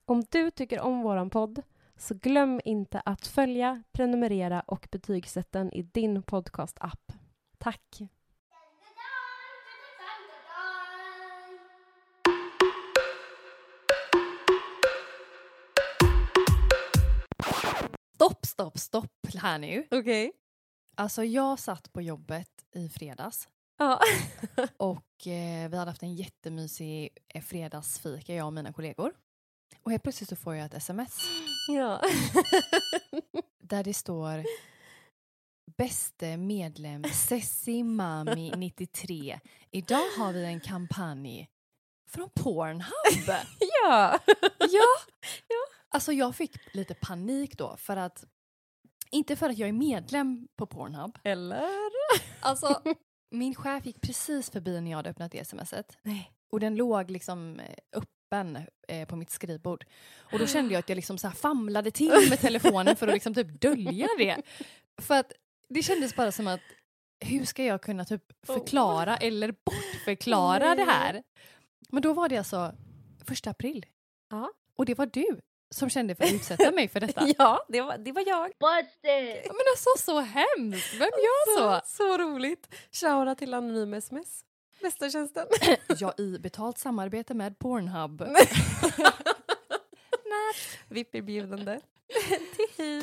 Om du tycker om våran podd så glöm inte att följa, prenumerera och betygsätta den i din podcast-app. Tack! Stopp här nu. Okej. Alltså jag satt på jobbet i fredags. Ja. Och vi hade haft en jättemysig fredagsfika, jag och mina kollegor. Och helt plötsligt så får jag ett sms. Ja. Där det står: bäste medlem Sessi Mami 93. Idag har vi en kampanj från Pornhub. Ja. Ja. Alltså jag fick lite panik då. För att, inte för att jag är medlem på Pornhub. Eller? Alltså, min chef gick precis förbi när jag hade öppnat det smset. Nej. Och den låg liksom öppen på mitt skrivbord. Och då kände jag att jag liksom så här famlade till med telefonen för att liksom typ dölja det. För att det kändes bara som att, hur ska jag kunna typ förklara eller bortförklara det här? Men då var det alltså 1 april. Ja. Och det var du som kände för att utsätta mig för detta. Ja, det var jag. Busted! Men alltså så hemskt. Vem gör så? Så roligt. Shoutout till Anonym SMS. Bästa tjänsten. Jag i betalt samarbete med Pornhub. VIP-erbjudande. Tihi.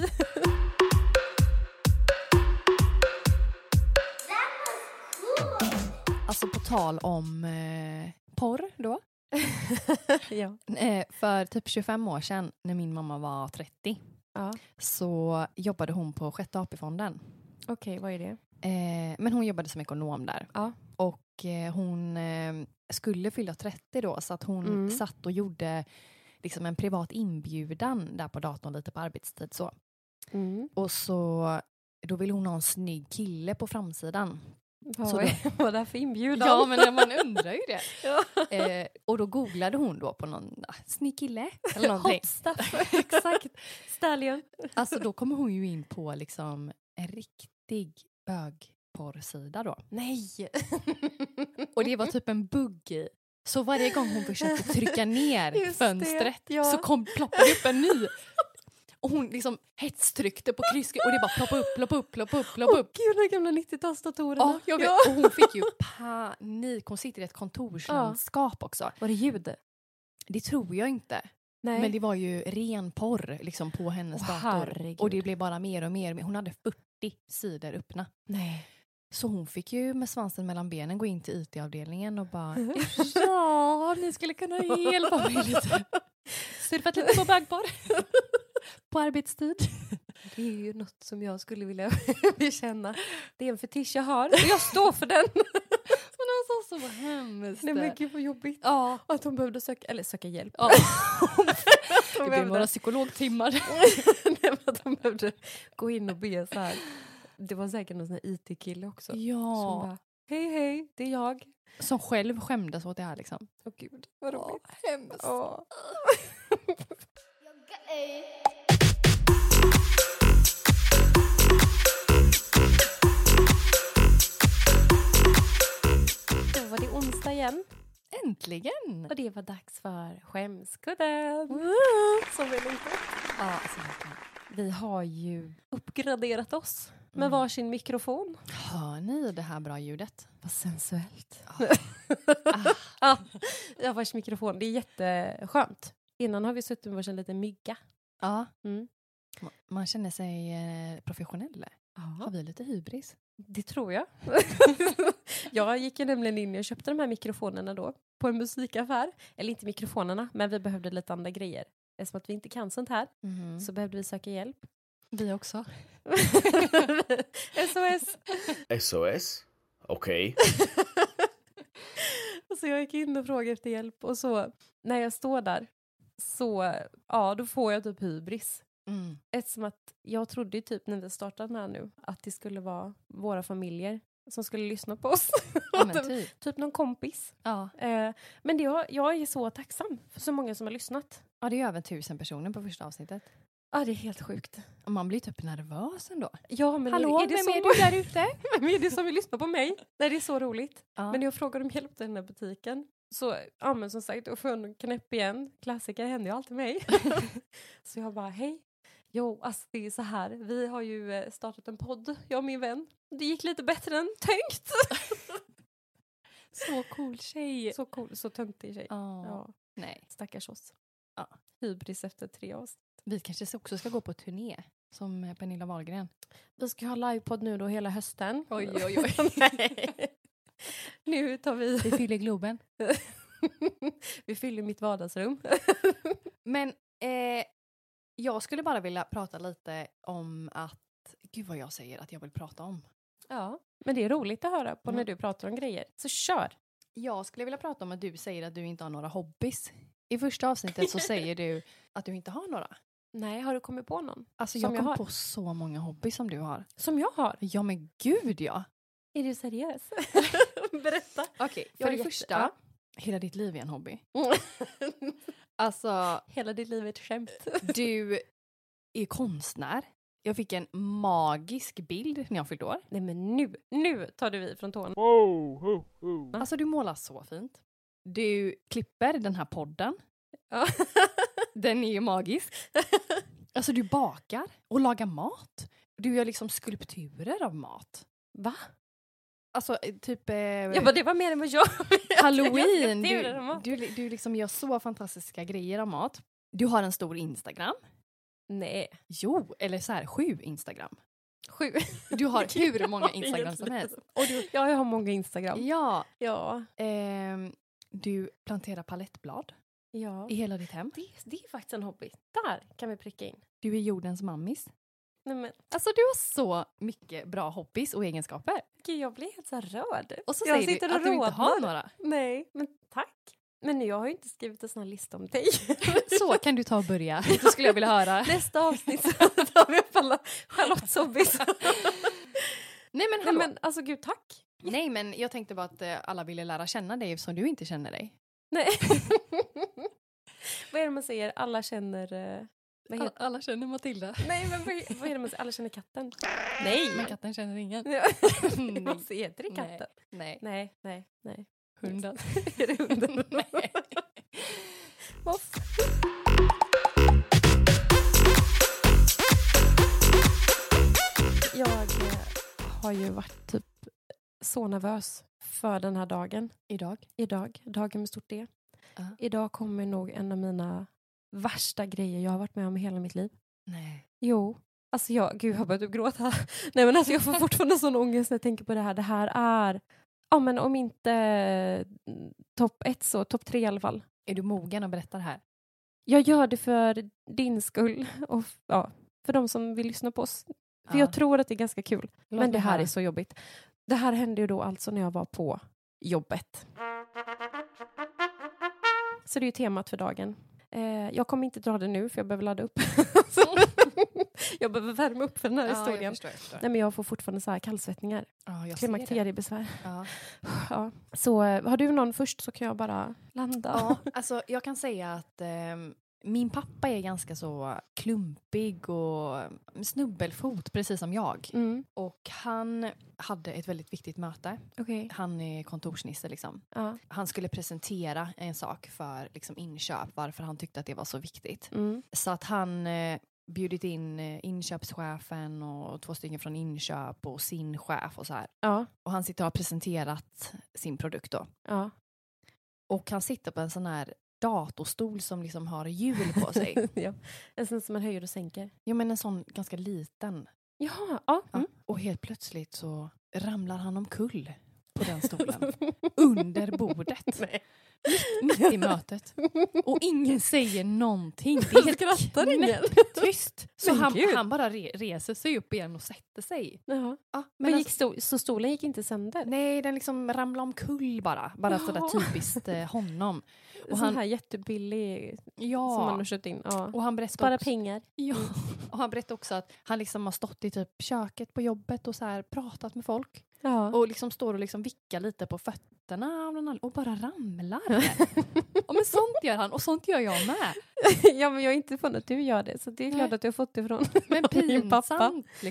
Alltså på tal om porr då. Ja. För typ 25 år sedan när min mamma var 30 så jobbade hon på Sjätte AP-fonden. Okej, vad är det? Men hon jobbade som ekonom där. Ja. Och hon skulle fylla 30 då, så att hon satt och gjorde liksom en privat inbjudan där på datorn lite på arbetstid så. Och så då ville hon ha en snygg kille på framsidan. Vad är det för inbjudan? Ja, men man undrar ju det. Ja. Och då googlade hon då på någon snygg kille eller någonting. Hot stuff. Exakt. Stallion. Alltså då kommer hon ju in på liksom en riktig bögporrsida då. Nej. Och det var typ en bugg i. Så varje gång hon försökte trycka ner Just fönstret det, ja. så ploppade upp en ny. Och hon liksom hetstryckte på kryss och det bara ploppa upp. Gud, de gamla 90-talsdatorerna. Ja, jag vet. Och hon fick ju panik. Hon sitter i ett kontorslandskap också. Var det ljud? Det tror jag inte. Nej. Men det var ju ren porr liksom på hennes dator. Herregud. Och det blev bara mer och mer. Hon hade 40 sidor öppna. Nej. Så hon fick ju med svansen mellan benen gå in till IT-avdelningen och bara ja, ni skulle kunna hjälpa mig lite. Surfat lite på bögporr. På arbetstid. Det är ju något som jag skulle vilja bekänna. Det är en fetisch jag har. Och jag står för den. Men alltså så hemskt. Nej men gud vad jobbigt. Ja. Och att hon behövde söka hjälp. Ja. Det blev några psykologtimmar. Nej, men att hon behövde gå in och be så här. Det var säkert någon sån här IT-kille också. Ja. Som bara, hej, det är jag. Som själv skämdes åt det här liksom. Åh gud, vad roligt. Hemskt. Då var det onsdag igen. Äntligen! Och det var dags för skämskudden. Som vi längtar. Ja, alltså, Vi har ju uppgraderat oss med varsin mikrofon. hör ni det här bra ljudet? Vad sensuellt. Ah. Ja, varsin mikrofon. Det är jätteskönt. Innan har vi suttit med varsin liten mygga. Ja. Mm. Man känner sig professionell. Har vi lite hybris? Det tror jag. Jag gick ju nämligen in och köpte de här mikrofonerna då på en musikaffär. Eller inte mikrofonerna, men vi behövde lite andra grejer. Eftersom att vi inte kan sånt här så behövde vi söka hjälp. Vi också. SOS. SOS? Okej. Så jag gick in och frågade efter hjälp. Och så när jag står där så då får jag typ hybris. Eftersom att jag trodde ju typ när vi startade här nu att det skulle vara våra familjer som skulle lyssna på oss. Ja, men typ någon kompis. Ja. Men jag är så tacksam för så många som har lyssnat. Ja, det är över 1000 personer på första avsnittet. Ja, det är helt sjukt. Och man blir typ nervös ändå. Ja, men hallå, är det vem så... är du där ute? Vem är det som vill lyssna på mig? Nej, det är så roligt. Ja. Men när jag frågade om hjälp till den här butiken Så, ja men som sagt, och få en knäpp igen. Klassiker händer ju alltid mig. Så jag bara, hej. Jo, alltså det är så här. Vi har ju startat en podd, jag och min vän. Det gick lite bättre än tänkt. Så cool tjej. Så cool, så töntig tjej. Ja. Nej. Stackars oss. Ja. Hybris efter 3 år. Vi kanske också ska gå på turné som Pernilla Wahlgren. Vi ska ha livepodd nu då hela hösten. Oj. Nej. Nu tar vi... Vi fyller Globen. Vi fyller mitt vardagsrum. Men jag skulle bara vilja prata lite om att... Gud vad jag säger att jag vill prata om. Ja, men det är roligt att höra på när du pratar om grejer. Så kör! Jag skulle vilja prata om att du säger att du inte har några hobbies. I första avsnittet så säger du att du inte har några. Nej, har du kommit på någon? Alltså som jag kom har? på så många hobbies som du har. Som jag har? Ja men gud ja. Är du seriös? Berätta. Okej, för det första, hela ditt liv är en hobby. Alltså, hela ditt liv är ett skämt. Du är konstnär. Jag fick en magisk bild när jag fyllde år. Nej men nu tar du i från tån. Alltså du målar så fint. Du klipper den här podden. Ja. Den är ju magisk. Alltså du bakar och lagar mat. Du gör liksom skulpturer av mat. Va? Alltså typ... Jag bara, det var mer än vad jag... Halloween. Du liksom gör så fantastiska grejer av mat. Du har en stor Instagram. Nej. Jo, eller så här 7 Instagram. 7. Du har hur många Instagram som helst. Och du, ja, jag har många Instagram. Ja. Du planterar palettblad i hela ditt hem. Det är faktiskt en hobby. Där kan vi pricka in. Du är jordens mammis. Nej, men. Alltså du har så mycket bra hobbies och egenskaper. Gud, jag blir helt så rörd. Och så säger du att du inte har några. Nej, men tack. Men jag har ju inte skrivit en sån här lista om dig. Så kan du ta och börja. Då skulle jag vilja höra. Nästa avsnitt så tar vi upp alla Charlottes hobbies. Nej men alltså gud, tack. Nej men jag tänkte bara att alla ville lära känna dig eftersom du inte känner dig. Nej. Vad är det man säger? Alla känner... Alla känner Matilda. Nej, men vad är det man säger? Alla känner katten. Nej! Men katten känner ingen. Vad heter det katten? Nej. Hunden. Är det hunden? Nej. Vad Jag har ju varit typ så nervös för den här dagen. Idag. Dagen med stort D. Idag kommer nog en av mina värsta grejer jag har varit med om i hela mitt liv. Nej. Jo. Alltså jag har börjat gråta. Nej men alltså jag får fortfarande sån ångest när jag tänker på det här. Det här är, ja men om inte topp 1 så topp 3 i alla fall. Är du mogen att berätta det här? Jag gör det för din skull och för de som vill lyssna på oss. För jag tror att det är ganska kul. Men det här är så jobbigt. Det här hände ju då alltså när jag var på jobbet. Så det är ju temat för dagen. Jag kommer inte dra det nu för jag behöver ladda upp. Jag behöver värma upp för den här historien. Jag förstår. Nej, men jag får fortfarande så här kallsvettningar. Klimakteriebesvär. Ja. Så har du någon först så kan jag bara landa. Ja, alltså jag kan säga att min pappa är ganska så klumpig och snubbelfot, precis som jag. Mm. Och han hade ett väldigt viktigt möte. Okay. Han är kontorsnisse liksom. Ja. Han skulle presentera en sak för liksom, inköp, varför han tyckte att det var så viktigt. Mm. Så att han bjudit in inköpschefen och 2 stycken från inköp och sin chef och så här. Ja. Och han sitter och har presenterat sin produkt då. Ja. Och han sitter på en sån här datorstol som liksom har hjul på sig. Ja. En sån som man höjer och sänker. Jo, men en sån ganska liten. Jaha, ja. Mm. Och helt plötsligt så ramlar han omkull på den stolen. Under bordet. Nej. Mitt i mötet. Och ingen säger någonting. Det är helt skrattar ingen. Tyst. Så han bara reser sig upp igen och sätter sig. Jaha. Ja, men så stolen gick inte sönder? Nej, den liksom ramlade omkull bara. Bara sådär typiskt honom. Och sån här jättebillig som man har köpt in. Ja. Och han berättade spara också, pengar. Ja. Och han berättade också att han liksom har stått i typ köket på jobbet och så här pratat med folk. Ja. Och liksom står och liksom vickar lite på fötterna av den och bara ramlar. Ja, men sånt gör han och sånt gör jag med. Ja, men jag är inte från att du gör det, så det är klart att du har fått det från men min pappa. Liksom.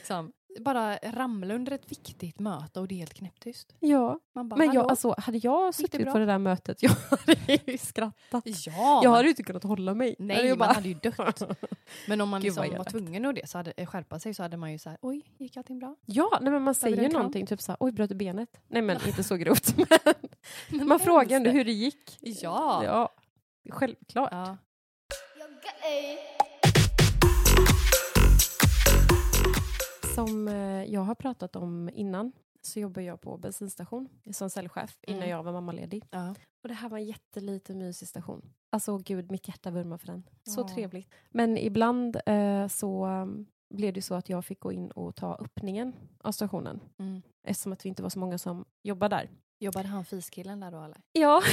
bara ramla under ett viktigt möte och det är helt knäpptyst. Ja, Man bara, men hallå? hade jag Gick det suttit bra? på det där mötet, jag hade ju skrattat. Ja, Jag hade ju inte kunnat hålla mig. nej, jag man hade ju dött. Men om man Gud, liksom vad var elakt. tvungen att det, så hade skärpa sig, så hade man ju så här, oj, gick allting bra? Ja, nej, men man säger en ju kram? någonting, typ så här, oj, bröt du benet? Nej, men inte så grovt. Men man hemskt. frågar ändå hur det gick. Ja. Ja, självklart. Ja. Som jag har pratat om innan så jobbar jag på bensinstation som säljchef innan jag var mammaledig. Ja. Och det här var en jätteliten mysig station. Alltså gud, mitt hjärta vurmar för den. Så Ja. trevligt. Men ibland så blev det så att jag fick gå in och ta öppningen av stationen. Mm. Eftersom att vi inte var så många som jobbar där. Jobbade han fiskillen där då eller? Ja.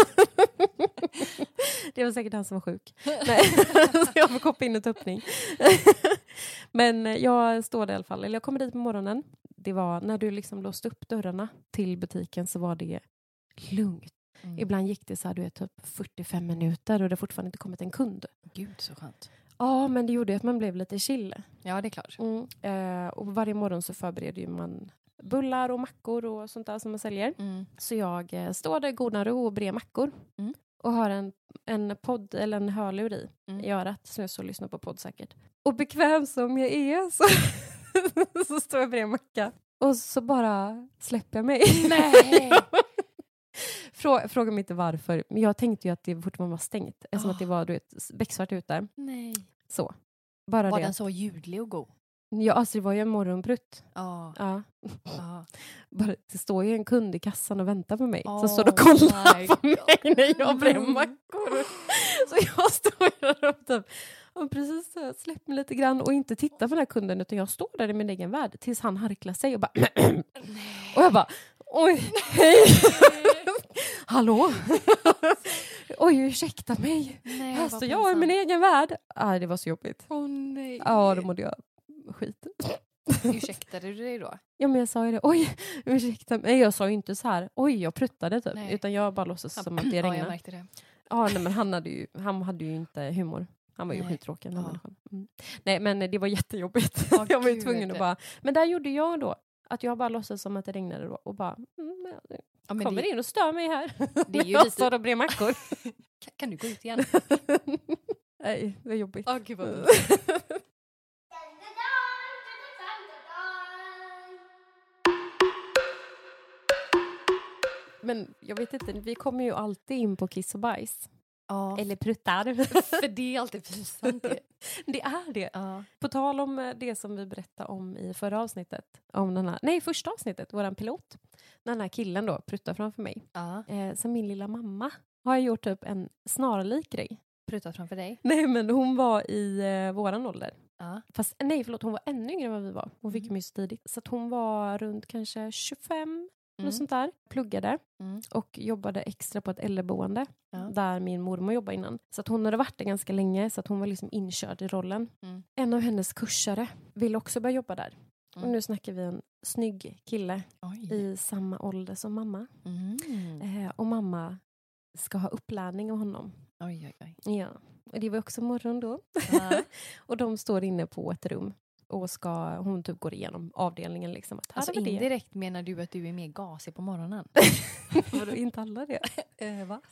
Det var säkert han som var sjuk. Nej. Så jag får koppa in ett öppning. Men jag står där i alla fall. Eller jag kommer dit på morgonen. Det var när du liksom låste upp dörrarna till butiken så var det lugnt. Mm. Ibland gick det så här, du vet, typ 45 minuter och det fortfarande inte kommit en kund. Gud, så skönt. Ja, men det gjorde att man blev lite chill. Ja, det är klart. Och varje morgon så förbereder ju man bullar och mackor och sånt där som man säljer. Mm. Så jag står där i goda ro och brer mackor. Mm. Och har en podd eller en hörlur i örat. Så jag så lyssnar på podd säkert. Och bekväm som jag är så står jag bredvid macka. Och så bara släpper jag mig. Nej! Fråga mig inte varför. Men jag tänkte ju att det fortfarande var stängt. Eftersom att det var becksvart ute. Nej. Så. Bara Var det. den så ljudlig och god? Ja, alltså det var ju en morgonbrutt. Ja. Ja. Ja. Bara, det står ju en kund i kassan och väntar på mig. Oh Så står och kollar my på mig när jag brer Mm. mackor. Så jag står där och typ, och precis släpper mig lite grann och inte tittar på den här kunden utan jag står där i min egen värld tills han harklar sig och bara och jag bara, oj, hej. Hallå? Oj, ursäkta mig. Nej, Här vad står jag i pinsamt. min egen värld. Det var så jobbigt. Åh nej. Ja, då mådde jag skit. Ursäktade du dig då? Ja, men jag sa ju det. Oj, ursäkta mig. Jag sa ju inte så här, oj, jag pruttade typ. Nej. Utan jag bara låtsas som att det Ja, jag regnade. märkte det. Ja, nej, men han hade ju inte humor. Han var ju Nej. skittråkig. Den här Ja. människan. Nej, men det var jättejobbigt. Ja, Jag var ju gud. tvungen att bara... Men där gjorde jag då. Att jag bara låtsades som att det regnade då. Och bara, Ja, men kommer det, in och stör mig här. det är ju jag lite... står och brer mackor. Kan du gå ut igen? Nej, det var jobbigt. Gud vad Men jag vet inte, vi kommer ju alltid in på kiss och bajs. Ja, Eller pruttar. för det är alltid pinsamt. Det är det. Ja. På tal om det som vi berättade om i förra avsnittet. Om den här, första avsnittet, våran pilot. När den här killen då pruttar framför mig. Ja. Så min lilla mamma har gjort upp en snarlik grej. Pruttat framför dig. Nej, men hon var i våran ålder. Ja. Fast hon var ännu yngre än vad vi var. Hon fick mig så tidigt. Så att hon var runt kanske 25. Något sånt där. Pluggade. Och jobbade extra på ett äldreboende. Ja. Där min mormor jobbade innan. Så att hon hade varit där ganska länge. Så att hon var liksom inkörd i rollen. Mm. En av hennes kursare vill också börja jobba där. Mm. Och nu snackar vi en snygg kille Oj. i samma ålder som mamma. Mm. Och mamma ska ha upplärning av honom. Oj, oj, oj. Ja, och det var också morgon då. Ja. Och de står inne på ett rum. Och hon typ går igenom avdelningen liksom. Att Alltså här har vi det. indirekt menar du att du är mer gasig på morgonen? Vadå, inte alla det? Va?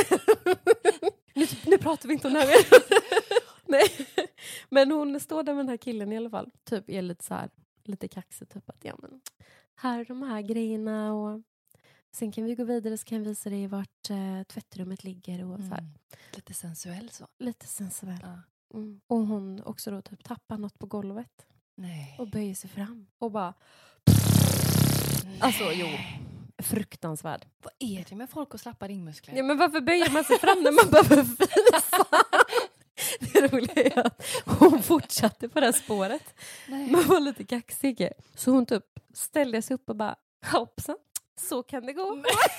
nu pratar vi inte om det här mer. Nej. Men hon står där med den här killen i alla fall. Typ är lite så här, lite kaxig typ att ja men här är de här grejerna och sen kan vi gå vidare så kan jag visa dig vart tvättrummet ligger och så här. Lite sensuell så. Lite sensuell. Ja. Mm. Och hon också då typ tappar något på golvet Nej. och böjer sig fram och bara Nej. alltså jo, fruktansvärd. Vad är det med folk och slappa ringmuskler? Ja, men varför böjer man sig fram när man behöver visa? Det roliga är att hon fortsatte på det här spåret. Nej. Man var lite kaxig. Så hon typ ställde sig upp och bara hoppsan, så kan det gå.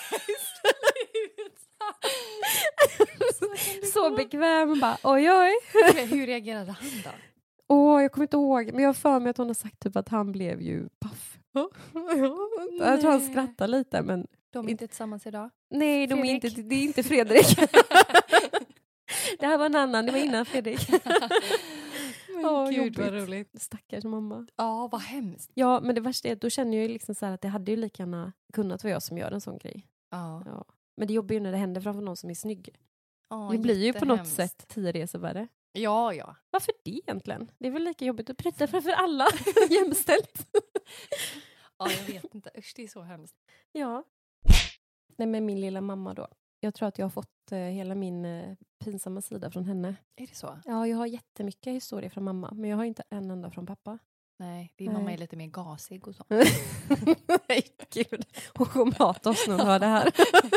Så bekväm och bara oj oj. Hur reagerade han då? Jag kommer inte ihåg, men jag har för mig att hon har sagt typ att han blev ju paff. Jag tror han skrattar lite, men De är inte tillsammans idag? nej, Fredrik? det är inte Fredrik. Det här var en annan, det var innan Fredrik. Gud vad roligt. Stackars mamma. Ja, vad hemskt. Ja, men det värsta är att då känner jag ju liksom så här att det hade ju lika gärna kunnat vara jag som gör en sån grej. Ja. Men det jobbar ju när det händer framför någon som är snygg. Ja, Det blir ju på något jättehemskt. sätt 10 resor värre. Ja. Varför det egentligen? Det är väl lika jobbigt att prytta framför alla jämställt. Ja, jag vet inte. Usch, det är så hemskt. Ja. Nej, men min lilla mamma då. Jag tror att jag har fått hela min pinsamma sida från henne. Är det så? Ja, jag har jättemycket historier från mamma. Men jag har inte en enda från pappa. Nej, din mamma är lite mer gasig och så. Nej, gud. Hon kommer hata oss när hon hör det här.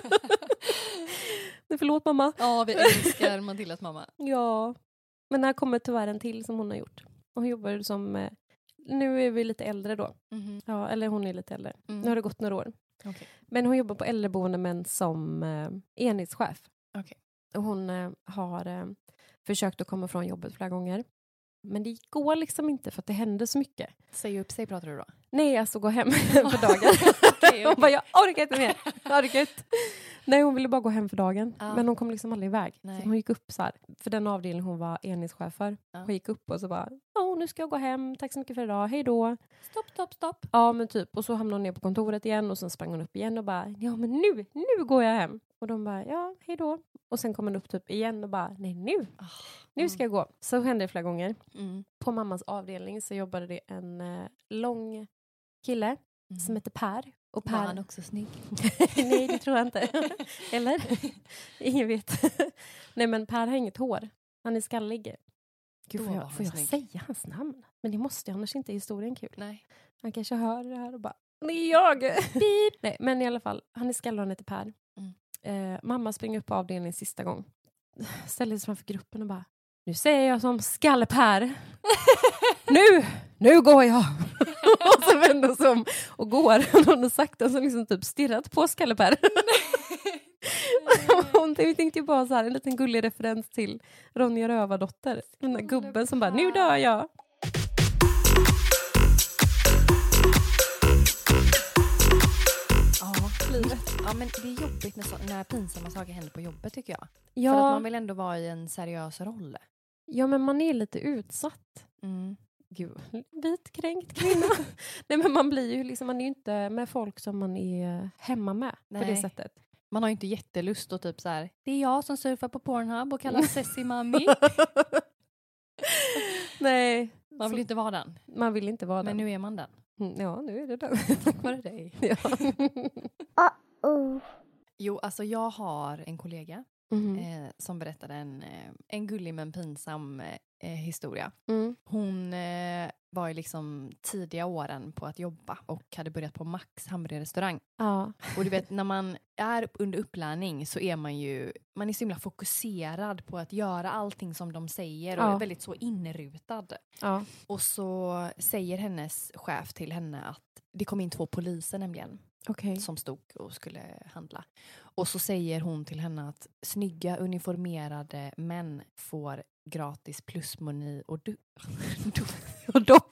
Förlåt mamma. Ja, vi älskar Matildas mamma. Ja. Men här kommer tyvärr en till som hon har gjort. Hon jobbar som... nu är vi lite äldre då. Mm-hmm. Ja, eller hon är lite äldre. Nu har det gått några år. Okay. Men hon jobbar på äldreboende men som enhetschef. Okay. Och hon har försökt att komma från jobbet flera gånger. Men det går liksom inte för att det händer så mycket. Säg upp sig pratar du då? Nej, alltså gå hem för dagen. Okay. Hon bara, jag orkar inte mer. Jag orkar inte. Nej, hon ville bara gå hem för dagen. Ah. Men hon kom liksom aldrig iväg. Nej. Så hon gick upp så här. För den avdelning hon var enhetschef för. Ah. Hon gick upp och så bara, nu ska jag gå hem. Tack så mycket för idag. Hej då. Stopp. Ja, men typ. Och så hamnade hon ner på kontoret igen. Och sen sprang hon upp igen och bara, ja men nu går jag hem. Och de bara, ja, hej då. Och sen kom hon upp typ igen och bara, nej nu ska jag gå. Så hände det flera gånger. Mm. På mammas avdelning så jobbade det en lång kille som heter Per. Och Per... Var han också snygg? Nej, det tror jag inte. Eller? Ingen vet. Nej, men Per har inget hår. Han är skallig. Gud, får jag säga hans namn? Men det måste jag, annars inte är historien kul. Nej. Han kanske hör det här och bara, nej jag! Beep. Nej, men i alla fall, han är skallig och han heter Per. Mamma springer upp på avdelningen sista gång. Ställer sig framför gruppen och bara, nu säger jag som Skalle-Per. nu går jag. Och så vänder hon sig om och går. Hon har sagt det, så liksom typ stirrat på Skalle-Per. Hon tänkte ju bara så här, en liten gullig referens till Ronja Rövardotter. Den där gubben som bara, nu dör jag. Ja, men det är jobbigt när pinsamma saker händer på jobbet tycker jag. Ja. För att man vill ändå vara i en seriös roll. Ja, men man är lite utsatt. Gud, vitkränkt kvinna. Nej, men man blir ju liksom, man är ju inte med folk som man är hemma med. Nej. På det sättet. Man har ju inte jättelust och typ så här, det är jag som surfar på Pornhub och kallar Sessi Mami. Nej. Man vill ju inte vara den. Man vill inte vara den. Men nu är man den. Ja, nu är det den. Tack vare dig. Ja. Jo, alltså jag har en kollega som berättade en gullig men pinsam historia. Hon var ju liksom tidiga åren på att jobba och hade börjat på Max hamburgerrestaurang. Ja. Och du vet, när man är under upplärning så är man är så himla fokuserad på att göra allting som de säger och är väldigt så inrutad. Ja. Och så säger hennes chef till henne att det kom in 2 poliser nämligen. Som stod och skulle handla. Och så säger hon till henne att snygga uniformerade män får gratis plusmeny och och dopp.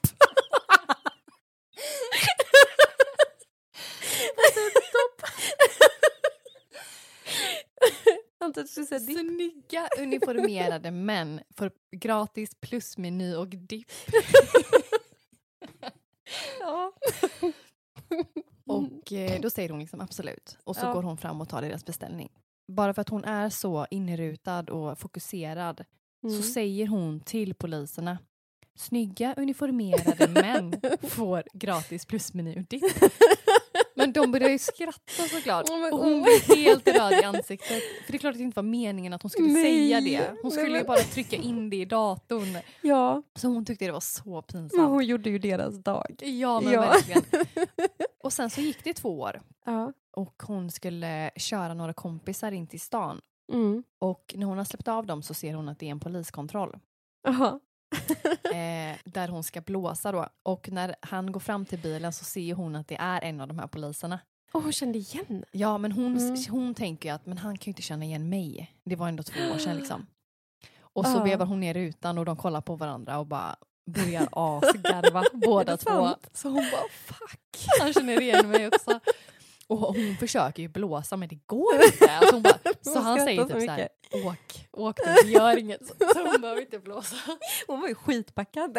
Snygga uniformerade män får gratis plusmeny och dipp. Ja. Och då säger hon liksom absolut. Och så går hon fram och tar deras beställning. Bara för att hon är så inrutad och fokuserad så säger hon till poliserna, snygga uniformerade män får gratis plusmeny och dipp. Men de börjar ju skratta såklart. Och hon blir helt röd i ansiktet. För det är klart att det inte var meningen att hon skulle säga det. Hon skulle ju bara trycka in det i datorn. Ja. Så hon tyckte det var så pinsamt. Hon gjorde ju deras dag. Ja, men verkligen. Och sen så gick det 2 år. Ja. Och hon skulle köra några kompisar in till stan. Och när hon har släppt av dem så ser hon att det är en poliskontroll. Aha. Där hon ska blåsa då. Och när han går fram till bilen så ser hon att det är en av de här poliserna. Hon kände igen. Ja, men hon tänker att men han kan ju inte känna igen mig. Det var ändå 2 år sedan liksom. Och så vevar hon ner rutan och de kollar på varandra och bara börjar asgarva båda 2. Så hon bara fuck. Han känner igen mig också. Och hon försöker ju blåsa men det går inte. Alltså hon bara, så han säger typ så här, åk du, gör inget. Så hon behöver inte blåsa. Hon var ju skitpackad.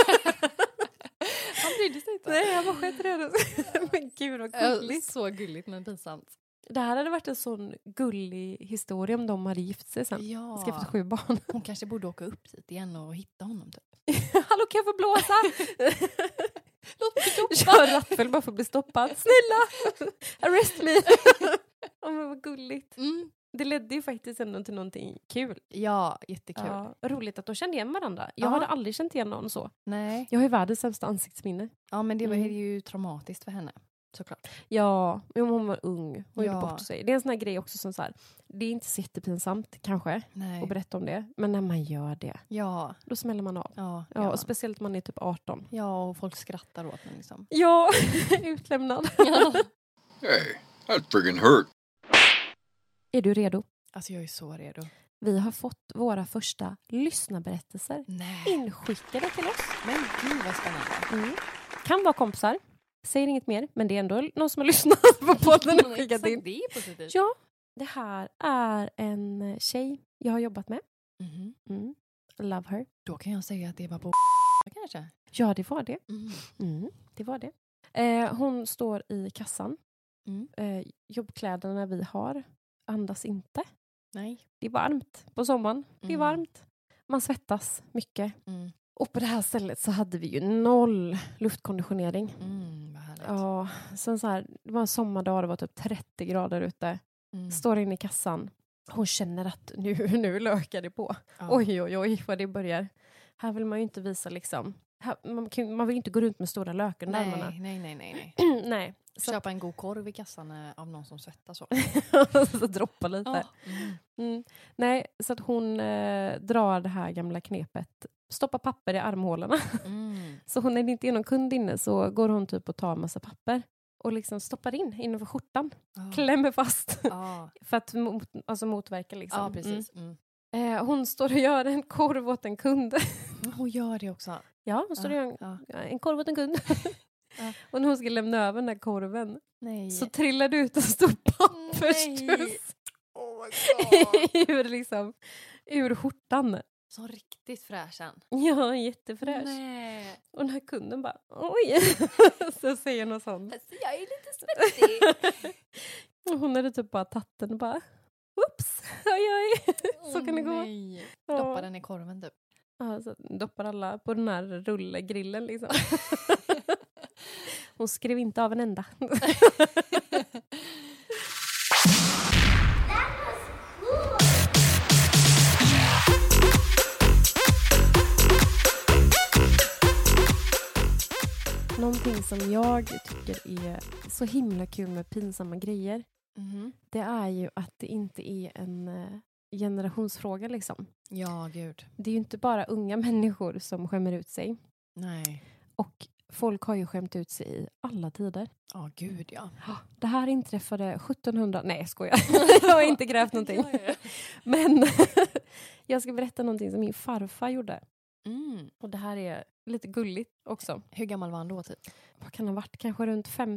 Han brydde sig inte. Nej, jag var skiträdd. Men gud vad gulligt. Så gulligt men pinsamt. Det här hade varit en sån gullig historia om de hade gift sig sen. Ja. Skaffat 7 barn. Hon kanske borde åka upp dit igen och hitta honom typ. Hallå, kan jag få blåsa? Låt mig stoppa. Kör rattfäll bara för att bli stoppad. Snälla! Arrest me! Men vad gulligt. Mm. Det ledde ju faktiskt ändå till någonting kul. Ja, jättekul. Ja, roligt att de kände igen varandra. Jag Ja. hade aldrig känt igen någon så. Nej. Jag har ju världens sämsta ansiktsminne. Ja, men det var ju traumatiskt för henne. Såklart. Ja, men hon var ung och Ja. gjorde bort sig. Det är en sån här grej också som så här, det är inte så jättepinsamt kanske Nej. att berätta om det. Men när man gör det, Ja. då smäller man av. Ja. Ja, och speciellt man är typ 18. Ja, och folk skrattar åt mig liksom. Ja, utlämnad. Ja. Hey, that friggin' hurt. Är du redo? Alltså jag är så redo. Vi har fått våra första lyssnarberättelser Nej. inskickade till oss. Men gud vad spännande. Kan vara kompisar. Säger inget mer, men det är ändå någon som har lyssnat på podden och skickat in. Det är positivt. Ja, det här är en tjej jag har jobbat med. Mhm. Love her. Då kan jag säga att det var på kanske. Ja, det var det. Mm. Det var det. Hon står i kassan. Mm. Jobbkläderna vi har andas inte. Nej. Det är varmt på sommaren. Det är Mm. varmt. Man svettas mycket. Mm. Och på det här stället så hade vi ju 0 luftkonditionering. Vad härligt. Ja, sen så här, det var en sommardag, det var typ 30 grader ute. Mm. Står inne i kassan. Hon känner att nu lökar det på. Ja. Oj, vad det börjar. Här vill man ju inte visa liksom. Man vill inte gå runt med stora lökar under armarna. Nej. Nej. Så, Köpa en god korv i kassan av någon som svettas så. så droppa lite. Ja. Nej, så att hon drar det här gamla knepet. Stoppa papper i armhålorna. Så hon är inte någon kund inne så går hon typ och tar massa papper. Och liksom stoppar in innanför skjortan. Klämmer fast. För att motverka liksom. Ja, precis. Hon står och gör en korv åt en kund. Hon gör det också. Ja, hon står och gör en korv åt en kund. Ja. Och när hon ska lämna över den där korven Nej. så trillar det ut en stor papperstuss. Oh my God. ur skjortan. Så riktigt fräschen. Ja, jättefräsch. Nej. Och den här kunden bara, oj. Så säger något sånt. Alltså, jag är lite svettig. Och hon hade typ bara tagit den och bara, whoops, oj. Så kan det gå. Nej. Doppa den i korven typ. Ja, så doppar alla på den här rullegrillen liksom. Hon skrev inte av en enda. Någonting som jag tycker är så himla kul med pinsamma grejer, det är ju att det inte är en generationsfråga liksom. Ja, gud. Det är ju inte bara unga människor som skämmer ut sig. Nej. Och folk har ju skämt ut sig i alla tider. Ja, gud ja. Det här inträffade 1700... Nej, jag skojar. Jag har inte grävt någonting. Men jag ska berätta någonting som min farfar gjorde. Och det här är lite gulligt också. Hur gammal var han då typ? Vad kan han ha varit? Kanske runt 50?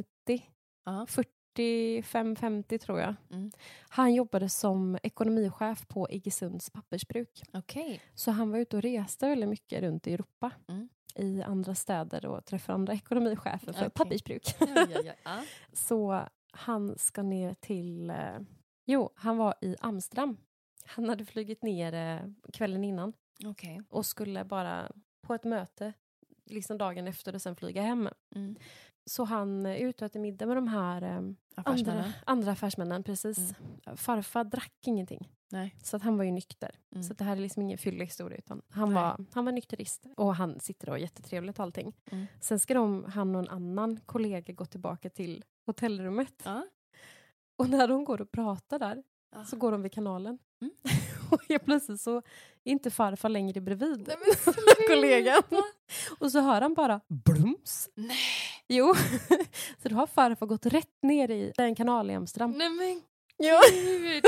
45-50 tror jag. Han jobbade som ekonomichef på Iggesunds pappersbruk. Okej. Så han var ute och reste väldigt mycket runt i Europa. I andra städer och träffade andra ekonomichefer för pappersbruk. Ja. Så han ska ner till... han var i Amsterdam. Han hade flugit ner kvällen innan. Okej. Och skulle bara på ett möte liksom dagen efter och sen flyga hem. Så han är ute och äter middag med de här andra affärsmännen. Precis. Farfar drack ingenting. Nej. Så att han var ju nykter. Så att det här är liksom ingen fyllig historia utan han var nykterist. Och han sitter och jättetrevligt och allting. Sen ska han och en annan kollega gå tillbaka till hotellrummet. Och när de går och pratar där så går de vid kanalen. Och helt plötsligt så är inte farfar längre bredvid kollegan. Och så hör han bara blums. Nej. Jo. Så då har farfar gått rätt ner i en kanal i Amsterdam. Nej men ja. Gud.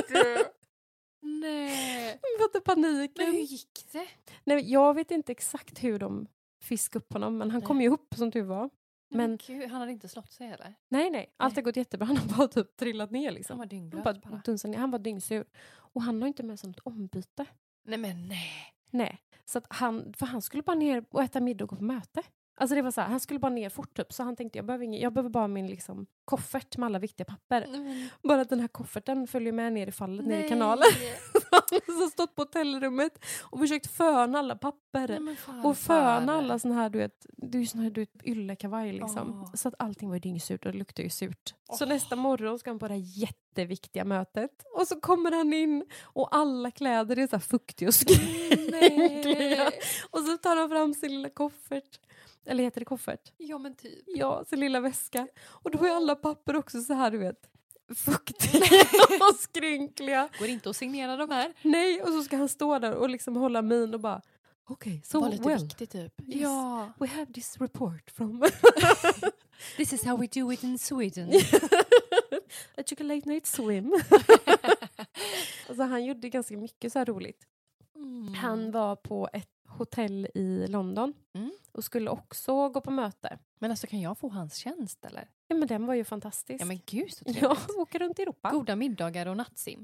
Nej. Jag fick panik. Men hur gick det? Nej, jag vet inte exakt hur de fiskade upp honom. Men han kom ju upp som tur var. Men Gud, han hade inte slått sig heller? nej. Allt har gått jättebra. Han har bara typ trillat ner liksom. Han var dyngblöt bara. Han var dyngsur. Och han har inte med sånt ombyte. Nej. Så att han skulle bara ner och äta middag och gå på möte. Alltså det var så här, han skulle bara ner fort typ. Så han tänkte, jag behöver bara min liksom koffert med alla viktiga papper. Bara att den här kofferten följer med ner i fallet, ner i kanalen. Han har stått på hotellrummet och försökt föna alla papper. Och föna alla sån här, det är ju sån här yllekavaj liksom. Så att allting var ju dyngsurt och det luktade ju surt. Så nästa morgon ska han på det här jätteviktiga mötet. Och så kommer han in och alla kläder är så här fuktiga och skräckliga. Och så tar han fram sin lilla koffert. Eller heter det koffert? Ja, men typ. Ja, sin lilla väska. Och då är alla papper också så här, du vet, fuktiga och skrynkliga. Går inte att signera de här. Nej, och så ska han stå där och liksom hålla min och bara okej, so lite viktigt typ. Yes, ja. We have this report from This is how we do it in Sweden. A took a late night swim. Alltså han gjorde ganska mycket så här roligt. Han var på ett hotell i London och skulle också gå på möte. Men alltså, kan jag få hans tjänst eller? Ja, men den var ju fantastisk. Ja, men gud så trevligt. Ja, åka runt i Europa. Goda middagar och nattsim.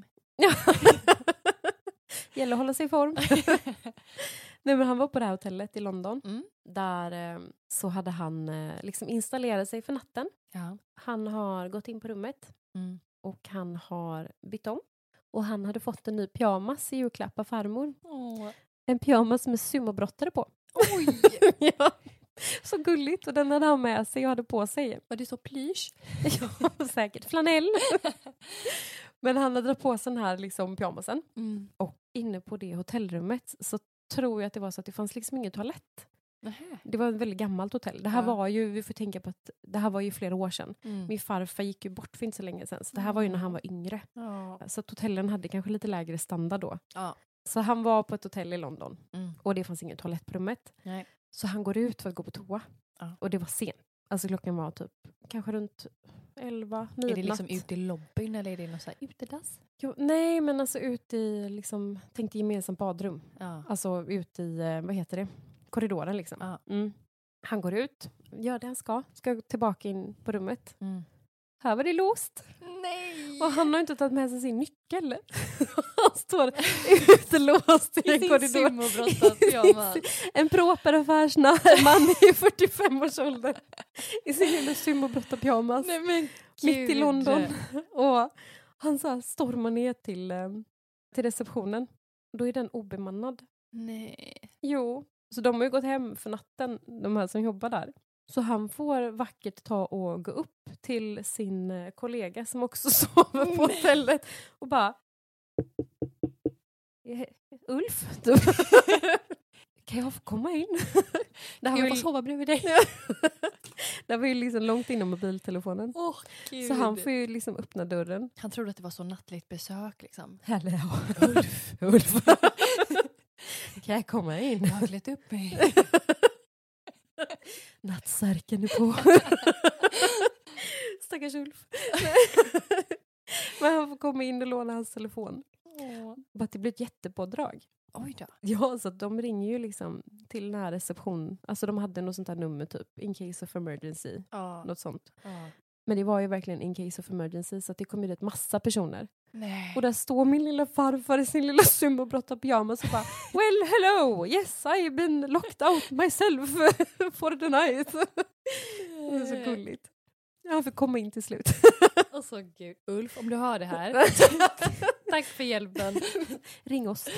Gäller att hålla sig i form. Nej, men han var på det här hotellet i London. Där så hade han liksom installerat sig för natten. Ja. Han har gått in på rummet. Och han har bytt om. Och han hade fått en ny pyjamas i julklapp av farmor. En pyjamas med sumobrottare på. Oj! Ja, så gulligt. Och den hade han med sig och hade på sig. Var det så plysch? Ja, säkert. Flanell. Men han hade dragit på sig den här liksom pyjamasen. Och inne på det hotellrummet så tror jag att det var så att det fanns liksom ingen toalett. Det var ett väldigt gammalt hotell. Det här var ju, vi får tänka på att det här var ju flera år sedan. Min farfar gick ju bort för inte så länge sedan. Så det här var ju när han var yngre. Så att hotellen hade kanske lite lägre standard då. Så han var på ett hotell i London. Och det fanns ingen toalett på rummet. Nej. Så han går ut för att gå på toa. Och det var sent. Alltså klockan var typ kanske runt 11, 9. Är det liksom ute i lobbyn eller är det något så här utedass? Jo, nej, men alltså ut i liksom, tänkte gemensamt badrum. Alltså ut i, vad heter det? Korridoren liksom. Han går ut, gör det han ska tillbaka in på rummet. Här var det låst. Nej! Och han har inte tagit med sig sin nyckel. Han står utelåst i en korridor. En proper affärsman i 45-årsåldern. I sin lilla sumobrotta-pyjamas. Mitt i London. Och han så här stormar ner till receptionen. Då är den obemannad. Nej. Jo. Så de har ju gått hem för natten, de här som jobbar där. Så han får vackert ta och gå upp till sin kollega som också sover på hotellet. Och bara... Ulf? Kan jag få komma in? Kan jag få sova bredvid dig? Det var ju liksom långt inom mobiltelefonen. Gud. Så han får ju liksom öppna dörren. Han trodde att det var så nattligt besök liksom. Hallå. Ulf. Kan jag komma in? Jag har klätt upp mig. Nattsärken är på. Stackars Ulf. Men han får komma in och låna hans telefon. Bara att det blir ett jättepådrag. Oj då. Ja, så att de ringer ju liksom till den här receptionen. Alltså de hade något sånt här nummer typ. In case of emergency. Något sånt. Men det var ju verkligen in case of emergency. Så att det kom ju ett massa personer. Nej. Och där står min lilla farfar i sin lilla sumobrotta pyjamas och bara well, hello, yes, I've been locked out myself for the night. Det är så gulligt. Jag fick komma in till slut. Och så gud, Ulf, om du hör det här. Tack för hjälpen. Ring oss.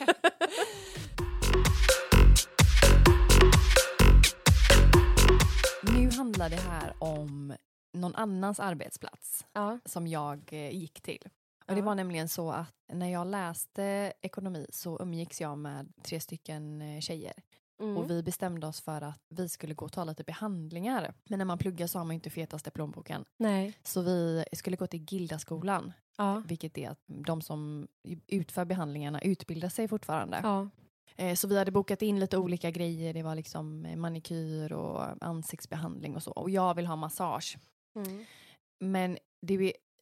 Nu handlar det här om någon annans arbetsplats som jag gick till. Och det var nämligen så att när jag läste ekonomi så umgicks jag med 3 stycken tjejer. Och vi bestämde oss för att vi skulle gå och ta lite behandlingar. Men när man pluggar så har man inte fetaste plånboken. Nej. Så vi skulle gå till Gildaskolan. Vilket är att de som utför behandlingarna utbildar sig fortfarande. Så vi hade bokat in lite olika grejer. Det var liksom manikyr och ansiktsbehandling och så. Och jag vill ha massage. Men det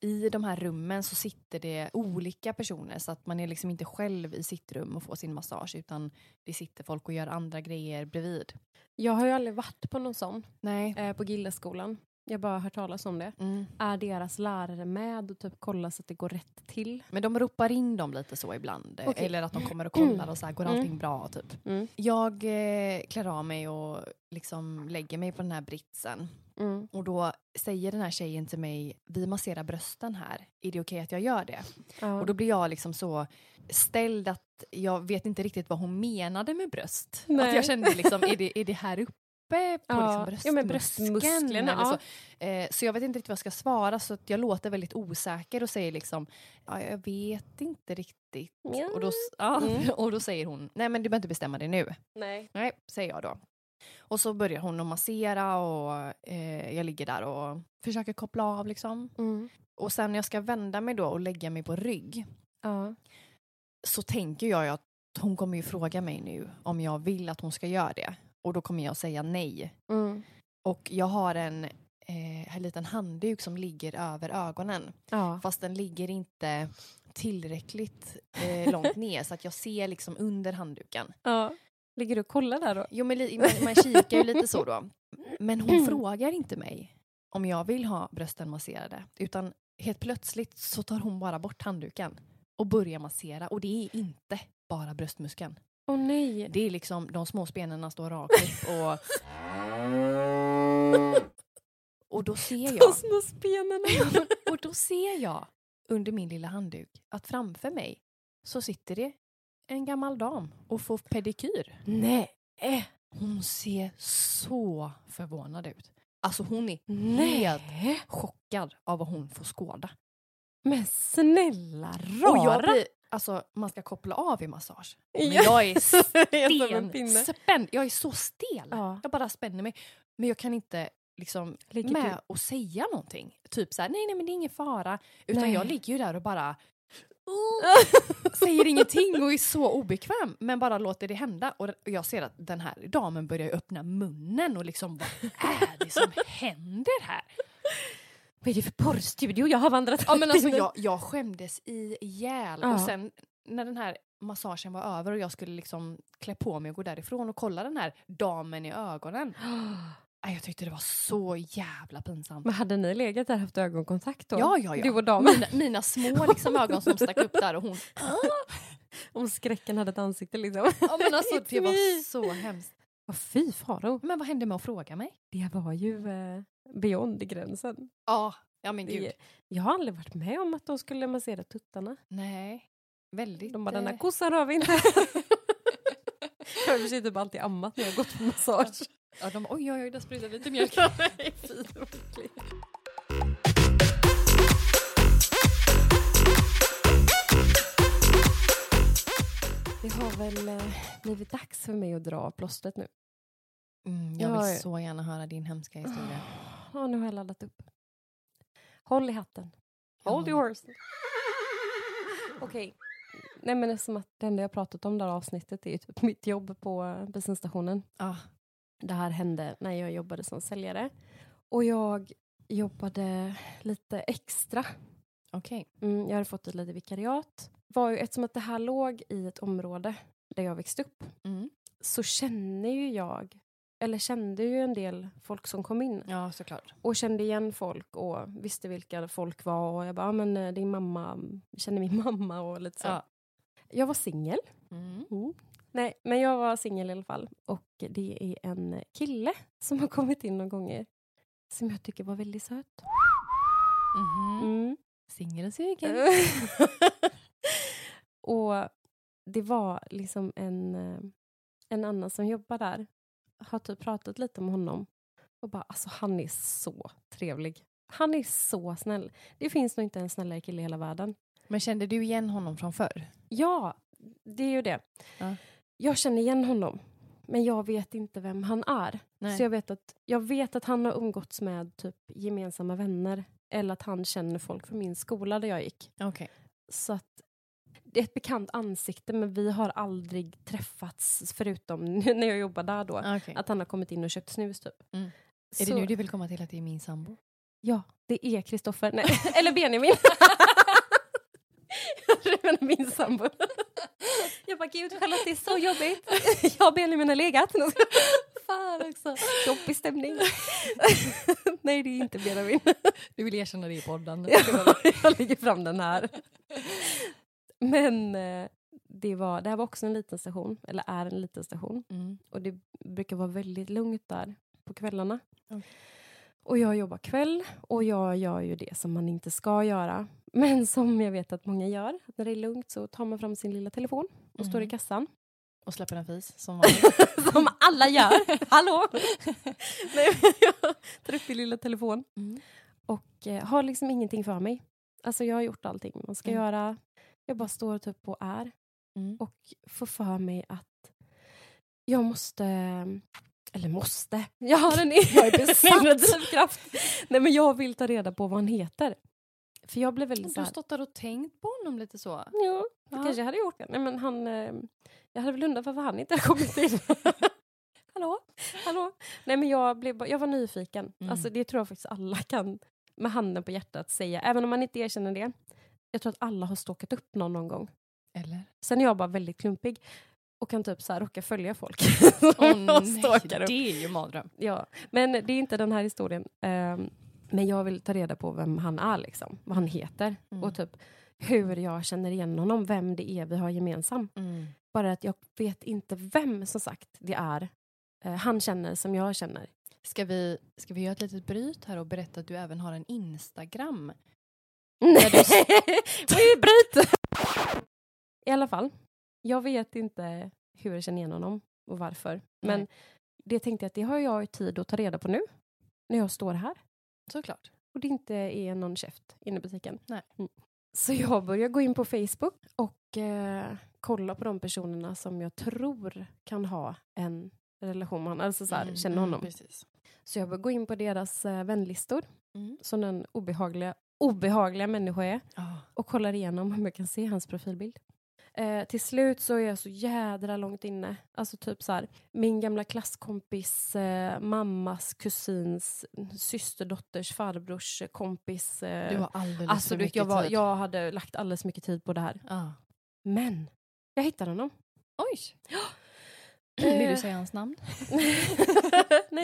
i de här rummen så sitter det olika personer. Så att man är liksom inte själv i sitt rum och får sin massage. Utan det sitter folk och gör andra grejer bredvid. Jag har ju aldrig varit på någon sån. Nej. På Gilleskolan. Jag har bara hört talas om det. Är deras lärare med och typ kolla så att det går rätt till? Men de ropar in dem lite så ibland. Okay. Eller att de kommer och kollar och så här, går allting bra typ. Jag klär av mig och liksom lägger mig på den här britsen. Och då säger den här tjejen till mig, vi masserar brösten här. Är det okej att jag gör det? Och då blir jag liksom så ställd att jag vet inte riktigt vad hon menade med bröst. Nej. Att jag kände liksom, är det här uppe på liksom bröstmusklerna. Eller så. Så jag vet inte riktigt vad jag ska svara, så att jag låter väldigt osäker och säger liksom, jag vet inte riktigt. Ja. Och då säger hon, nej men du behöver inte bestämma det nu. Nej, säger jag då. Och så börjar hon att massera och jag ligger där och försöker koppla av liksom. Och sen när jag ska vända mig då och lägga mig på rygg så tänker jag att hon kommer ju fråga mig nu om jag vill att hon ska göra det. Och då kommer jag säga nej. Och jag har en liten handduk som ligger över ögonen. Fast den ligger inte tillräckligt långt ner så att jag ser liksom under handduken. Ligger du och kollar där då? Jo, men man kikar ju lite så då. Men hon frågar inte mig om jag vill ha brösten masserade. Utan helt plötsligt så tar hon bara bort handduken och börjar massera. Och det är inte bara bröstmuskeln. Åh nej. Det är liksom de små spenarna står rakt upp och då ser jag. De små spenarna. Och då ser jag under min lilla handduk att framför mig så sitter det en gammal dam och får pedikyr. Nej. Hon ser så förvånad ut. Alltså hon är helt chockad av vad hon får skåda. Men snälla rara. Och jag blir, alltså man ska koppla av i massage. Men jag är spänd. Jag är så stel. Jag bara spänner mig. Men jag kan inte liksom med och säga någonting. Typ så här, nej men det är ingen fara. Utan jag ligger ju där och bara säger ingenting och är så obekväm. Men bara låter det hända. Och jag ser att den här damen börjar öppna munnen och liksom, vad är det som händer här? Vad är det för porrstudio? Jag har vandrat. Ja, men alltså jag skämdes ihjäl. Och sen när den här massagen var över och jag skulle liksom klä på mig och gå därifrån och kolla den här damen i ögonen. Jag tyckte det var så jävla pinsamt. Men hade ni legat där och haft ögonkontakt då? Ja. Du och damen. Mina små liksom ögon som stack upp där och hon... Om skräcken hade ett ansikte liksom. Ja, men alltså det var så hemskt. Fy faro. Men vad hände med att fråga mig? Det var ju beyond gränsen. Ja men gud. Jag har aldrig varit med om att de skulle massera tuttarna. Nej, väldigt. De bara, den här kossan har vi inte. Jag har för sig typ alltid ammat när jag har gått på massage. Ja, oj, där spridde lite mjölk. Det har väl blivit dags för mig att dra plåstret nu. Jag vill så gärna höra din hemska historia. Ja, nu har jag laddat upp. Håll i hatten. Hold your horse. Okej. Nej, men det är som att det enda jag pratat om det här avsnittet är typ mitt jobb på bensinstationen. Det här hände när jag jobbade som säljare. Och jag jobbade lite extra. Okej. Jag hade fått ett litet vikariat. Var ju, eftersom att det här låg i ett område där jag växte upp. Så kände ju en del folk som kom in. Ja, såklart. Och kände igen folk och visste vilka folk var. Och jag bara, men din mamma, känner min mamma och lite så. Ja. Jag var singel. Nej, men jag var singel i alla fall. Och det är en kille som har kommit in några gånger. Som jag tycker var väldigt söt. Singel och sugen. Och det var liksom en annan som jobbar där. Har typ pratat lite om honom. Och bara, alltså han är så trevlig. Han är så snäll. Det finns nog inte en snällare kille i hela världen. Men kände du igen honom från förr? Ja, det är ju det. Ja. Jag känner igen honom. Men jag vet inte vem han är. Nej. Så jag vet att han har umgåtts med typ gemensamma vänner. Eller att han känner folk från min skola där jag gick. Okay. Så att det är ett bekant ansikte, men vi har aldrig träffats förutom när jag jobbade där då. Okay. Att han har kommit in och köpt snus typ. Är det nu du vill komma till att det är min sambo? Ja, det är Kristoffer. Nej, eller Benjamin. Jag menar min sambo. Jag bara, gud, Charlotte, det är så jobbigt. Jag och Benjamin har legat. Fan också. Jobbig stämning. Nej, det är inte Benjamin. Du vill erkänna det i podden. Jag lägger fram den här. Men det här var också en liten station. Eller är en liten station. Och det brukar vara väldigt lugnt där på kvällarna. Och jag jobbar kväll. Och jag gör ju det som man inte ska göra. Men som jag vet att många gör. Att när det är lugnt så tar man fram sin lilla telefon. Och står i kassan. Och släpper en fis. Som alla gör. Hallå! Nej, jag tar upp min lilla telefon. Och har liksom ingenting för mig. Alltså jag har gjort allting man ska göra. Jag bara står typ och är. Och får för mig att jag måste... Eller måste. Jag är besatt drivkraft. Nej, men jag vill ta reda på vad han heter. För jag blev väldigt Du så har här... stått där och tänkt på honom lite så. Ja, det kanske jag hade gjort. Nej, men jag hade väl undrat varför han inte hade kommit in. Hallå? Nej, men jag var nyfiken. Alltså det tror jag faktiskt alla kan med handen på hjärtat säga. Även om man inte erkänner det. Jag tror att alla har stalkat upp någon gång. Eller? Sen är jag bara väldigt klumpig. Och kan typ så här råka följa folk. Det är ju mardröm. Ja, men det är inte den här historien. Men jag vill ta reda på vem han är liksom. Vad han heter. Och typ hur jag känner igen honom. Vem det är vi har gemensamt. Bara att jag vet inte vem som sagt det är. Han känner som jag känner. Ska vi göra ett litet bryt här och berätta att du även har en Instagram? Nej, bryt! I alla fall. Jag vet inte hur jag känner igen honom och varför. Men det tänkte jag att det har jag ju tid att ta reda på nu. När jag står här. Såklart. Och det inte är någon käft inne i butiken. Nej. Så jag börjar gå in på Facebook och kolla på de personerna som jag tror kan ha en relation med honom. Alltså så här, känner honom. Precis. Så jag börjar gå in på deras vänlistor. Som den obehagliga människa är. Och kollar igenom om jag kan se hans profilbild. Till slut så är jag så jädra långt inne. Alltså typ så här, min gamla klasskompis, mammas, kusins, systerdotters, farbrors kompis. Du har alldeles för mycket tid. Jag hade lagt alldeles mycket tid på det här. Men jag hittade honom. Oj! Vill du säga hans namn? Nej.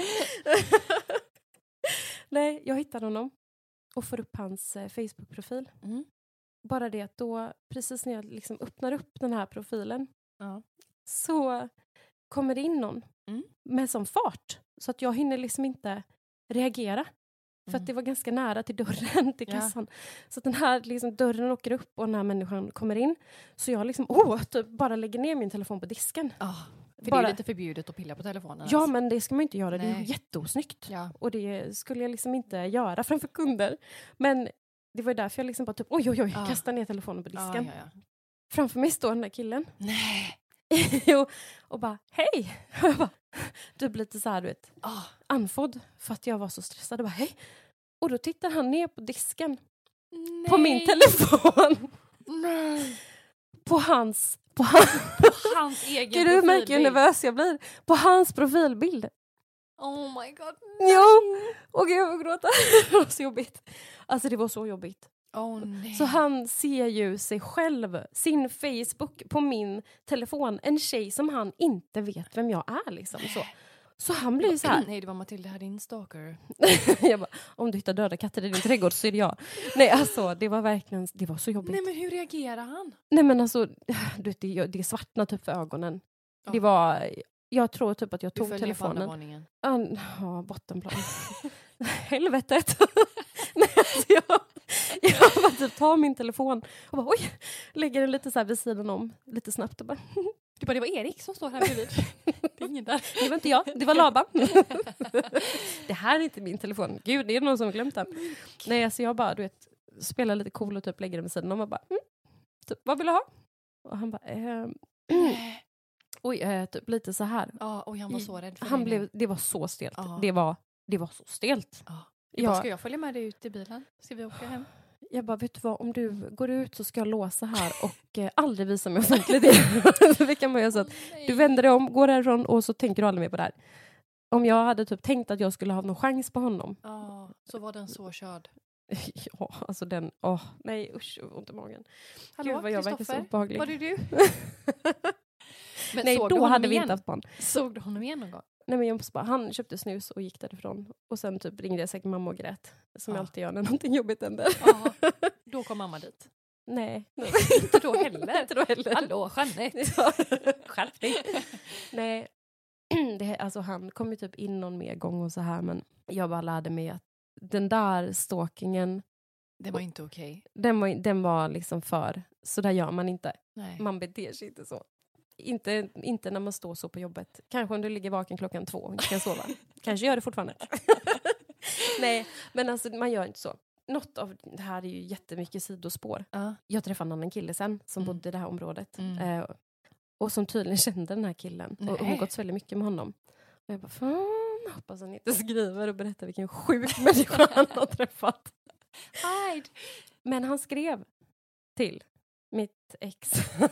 Nej, jag hittade honom. Och får upp hans Facebook-profil. Bara det att då, precis när jag liksom öppnar upp den här profilen så kommer det in någon med sån fart. Så att jag hinner liksom inte reagera. För att det var ganska nära till dörren, till kassan. Så att den här liksom, dörren åker upp och den här människan kommer in. Så jag liksom, typ bara lägger ner min telefon på disken. För det är lite förbjudet att pilla på telefonen. Ja, men det ska man inte göra. Nej. Det är jätteosnyggt. Ja. Och det skulle jag liksom inte göra framför kunder. Men det var ju därför jag liksom bara typ, oj, kastar ner telefonen på disken. Ja. Framför mig står den där killen. Nej. Jo, och bara, hej! Och jag bara, du blir lite så här, du vet, andfådd. För att jag var så stressad. Och bara, hej! Och då tittar han ner på disken. Nej. På min telefon. Nej. På hans egen Gud, du märker hur nervös jag blir. På hans profilbild. Oh my god. Jo, och gud, jag vill gråta. Det var så jobbigt. Alltså det var så jobbigt. Nej. Så han ser ju sig själv, sin Facebook på min telefon. En tjej som han inte vet vem jag är liksom. Så han blir så här. Nej, det var Matilda här, din stalker. Jag bara, om du hittar döda katter i din trädgård så är det jag. Nej, alltså det var verkligen, det var så jobbigt. Nej, men hur reagerar han? Nej, men alltså, du vet, det svartnade typ för ögonen. Det var, jag tror typ att jag tog telefonen. Ja, bottenplan. Helvetet. Nej, alltså jag bara typ tar min telefon och bara, lägger den lite så här vid sidan om, lite snabbt och bara. Du bara, det var Erik som står här bredvid. Det är ingen där. Det var inte jag, det var Laban. Det här är inte min telefon. Gud, det är någon som har glömt den. Nej, alltså jag bara, du vet, spelar lite cool och typ lägger den vid sidan om och bara, typ, vad vill du ha? Och han bara, typ lite så här. Och han var så rädd för det var så stelt. Det var så stelt. Ska jag följa med dig ut i bilen? Ska vi åka hem? Jag bara, vet du vad, om du går ut så ska jag låsa här och aldrig visa mig offentligt. Så vi kan man göra så att du vänder dig om, går därifrån och så tänker du aldrig mer på det här. om jag hade typ tänkt att jag skulle ha någon chans på honom. Ja, så var den så körd. Ja, alltså den, nej usch, ont i magen. Hallå, Gud vad jag verkar så obehaglig. var det du? Men Nej, såg då du honom hade vi igen? inte haft barn. Såg du honom igen någon gång? Nej, men jag måste bara, han köpte snus och gick därifrån. Och sen typ ringde jag säkert mamma och grät. Som jag alltid gör när någonting jobbigt händer. Ja, då kom mamma dit. Nej. Inte då heller. Inte då heller. Hallå, Jeanette. Ja. Skärp dig. Nej. Alltså han kom ju typ in någon mer gång och så här. Men jag bara lärde mig att den där stalkingen. Det var inte okej. Den var liksom så där gör man inte. Nej. Man beter sig inte så. Inte när man står så på jobbet. Kanske om du ligger vaken 2:00 och inte kan sova. Kanske gör det fortfarande. Nej, men alltså man gör inte så. Något av det här är ju jättemycket sidospår. Jag träffade en annan kille sen som bodde i det här området. Och som tydligen kände den här killen. Och umgåtts väldigt mycket med honom. Och jag bara, fan, hoppas han inte skriver och berättar vilken sjuk människa han har träffat. Hide. Men han skrev till mitt ex.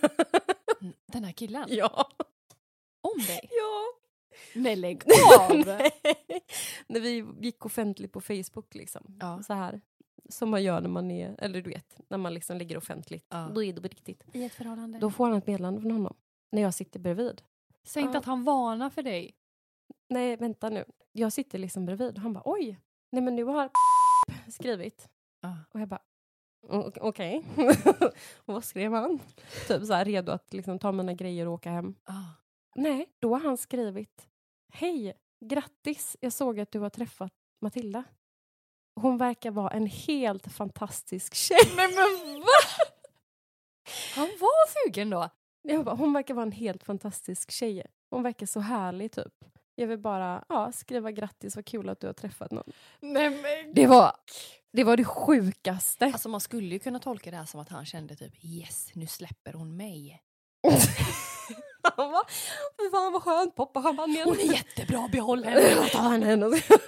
Den här killen? Ja. Om dig? Ja. Nej, lägg av! Nej. När vi gick offentligt på Facebook liksom. Ja. Så här. Som man gör när man är, eller du vet, när man liksom ligger offentligt. Ja. Då är det på riktigt. I ett förhållande. Då får han ett meddelande från honom. När jag sitter bredvid. Säg inte att han varnar för dig. Nej, vänta nu. Jag sitter liksom bredvid och han bara, oj. Nej, men nu har skrivit. Och jag bara, okej. Och vad skrev han? Typ så här redo att liksom ta mina grejer och åka hem. Nej, då har han skrivit, hej, grattis. Jag såg att du har träffat Matilda. Hon verkar vara en helt fantastisk tjej. Nej, men va? Han var sugen då? Jag bara, hon verkar vara en helt fantastisk tjej. Hon verkar så härlig typ. Jag vill bara skriva grattis, vad kul att du har träffat någon. Nej, men... Det var det sjukaste. Alltså man skulle ju kunna tolka det här som att han kände typ, yes, nu släpper hon mig. Han var, fan vad skönt, poppa champagne. Hon är jättebra, behåll henne.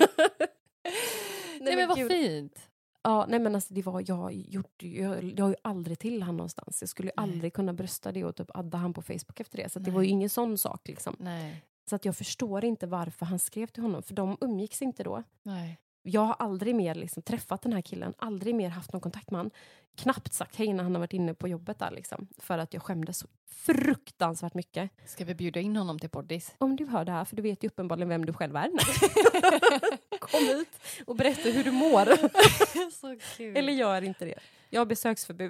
Nej, men vad fint. Ja, nej men alltså det var, jag har ju aldrig till han någonstans. Jag skulle ju aldrig kunna brösta det och typ adda han på Facebook efter det. Så det var ju ingen sån sak liksom. Nej. Så att jag förstår inte varför han skrev till honom. För de umgicks inte då. Nej. Jag har aldrig mer liksom träffat den här killen. Aldrig mer haft någon kontakt med han. Knappt sagt hej när han har varit inne på jobbet där liksom. För att jag skämdes så fruktansvärt mycket. Ska vi bjuda in honom till poddis? Om du hör det här, för du vet ju uppenbarligen vem du själv är. Kom hit och berätta hur du mår. Så kul. Eller gör inte det. Jag har besöksförbud.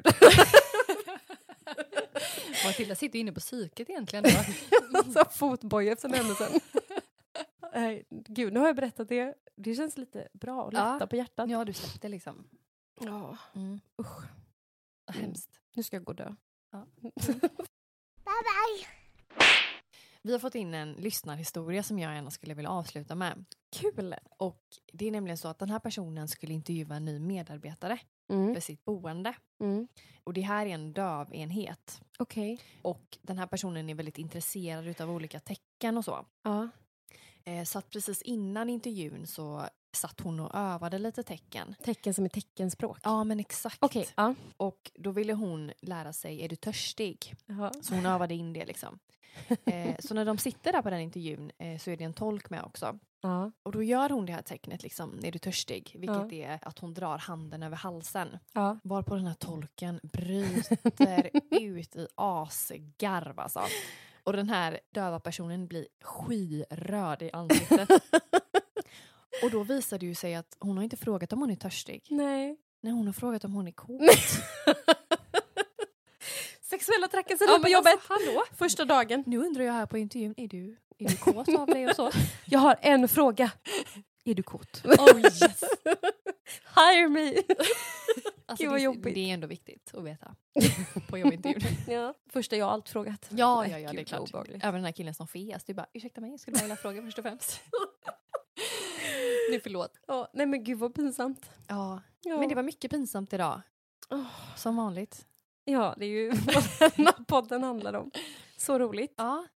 Matilda sitter inne på psyket egentligen då. Så fotboja efter den händelsen. Gud, nu har jag berättat det. Det känns lite bra och lätta på hjärtat. Ja, du släppte liksom. Ja. Usch. Hemskt. Nu ska jag gå och dö. Ja. Bye bye. Vi har fått in en lyssnarhistoria som jag gärna skulle vilja avsluta med. Kul! Och det är nämligen så att den här personen skulle intervjua en ny medarbetare för sitt boende. Och det här är en dövenhet. Okej. Och den här personen är väldigt intresserad av olika tecken och så. Ja. Så att precis innan intervjun så satt hon och övade lite tecken. Tecken som är teckenspråk? Ja, men exakt. Okej. Ja. Och då ville hon lära sig, är du törstig? Jaha. Så hon övade in det liksom. Så när de sitter där på den intervjun så är det en tolk med också. Ja. Och då gör hon det här tecknet liksom, är du törstig? Vilket är att hon drar handen över halsen. Ja. Varpå den här tolken bryter ut i asgarv alltså. Och den här döva personen blir skyröd i ansiktet. Och då visar det ju sig att hon har inte frågat om hon är törstig. Nej. Nej, hon har frågat om hon är kåt. Sexuella trakasserier på jobbet. Alltså, hallå? Första dagen. Nu undrar jag här på intervjun, är du kåt av dig och så? Jag har en fråga. Är du kåt? Oh yes. Hire me. Alltså, Gud vad jobbigt. Det är ändå viktigt att veta på jobbintervjun. Ja. Första jag har allt frågat. Ja, det är Gud, klart. Obehagligt. Även den här killen som fes. Du bara, ursäkta mig, jag skulle bara vilja fråga först och främst. Nu förlåt. Ja, nej men gud vad pinsamt. Ja, Ja. men det var mycket pinsamt idag. Som vanligt. Ja, det är ju vad den här podden handlar om. Så roligt. Ja.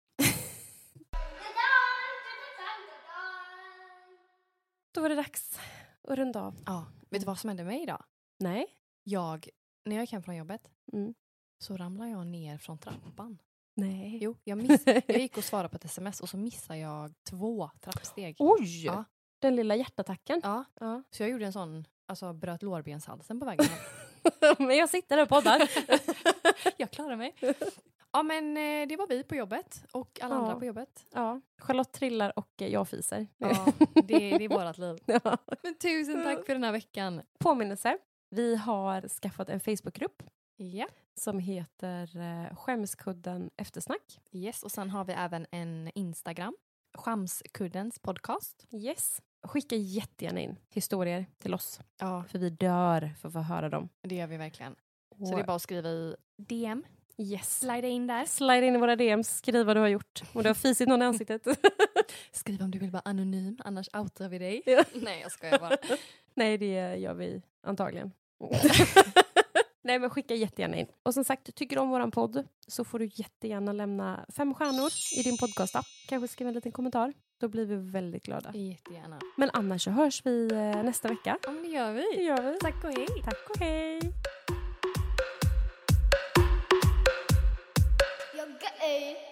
Då var det dags att runda av. Ja. Vet du vad som hände mig idag? Nej. När jag gick hem från jobbet Mm. så ramlade jag ner från trappan. Nej. Jo, jag gick och svarade på ett sms och så missade jag 2 trappsteg. Oj! Ja. Den lilla hjärtattacken. Ja, Ja. så jag gjorde en sån, alltså bröt lårbenshalsen på vägen. Men jag sitter där och poddar. Jag klarar mig. Ja, men det var vi på jobbet och alla andra på jobbet. Ja, Charlotte trillar och jag fiser. Ja, det är vårat liv. Ja. Men tusen tack för den här veckan. Påminnelse. Vi har skaffat en Facebookgrupp Ja. som heter Skämskudden eftersnack. Yes, och sen har vi även en Instagram. Skämskuddens podcast. Yes. Skicka jättegärna in historier till oss. Ja, För vi dör för att få höra dem. det gör vi verkligen. Så det är bara att skriva i DM. Yes. Slida in där. Slide in i våra DMs, skriv vad du har gjort. Om du har fisit någon i ansiktet. Skriv om du vill vara anonym, annars outar vi dig. Ja. Nej, jag skojar bara. Nej, det gör vi antagligen. Nej, men skicka jättegärna in. Och som sagt, tycker du om våran podd så får du jättegärna lämna 5 stjärnor i din podcastapp. Kanske skriva en liten kommentar. Då blir vi väldigt glada. Jättegärna. Men annars så hörs vi nästa vecka. Ja, men det gör vi. Det gör vi. Tack och hej. Tack och hej. Jag är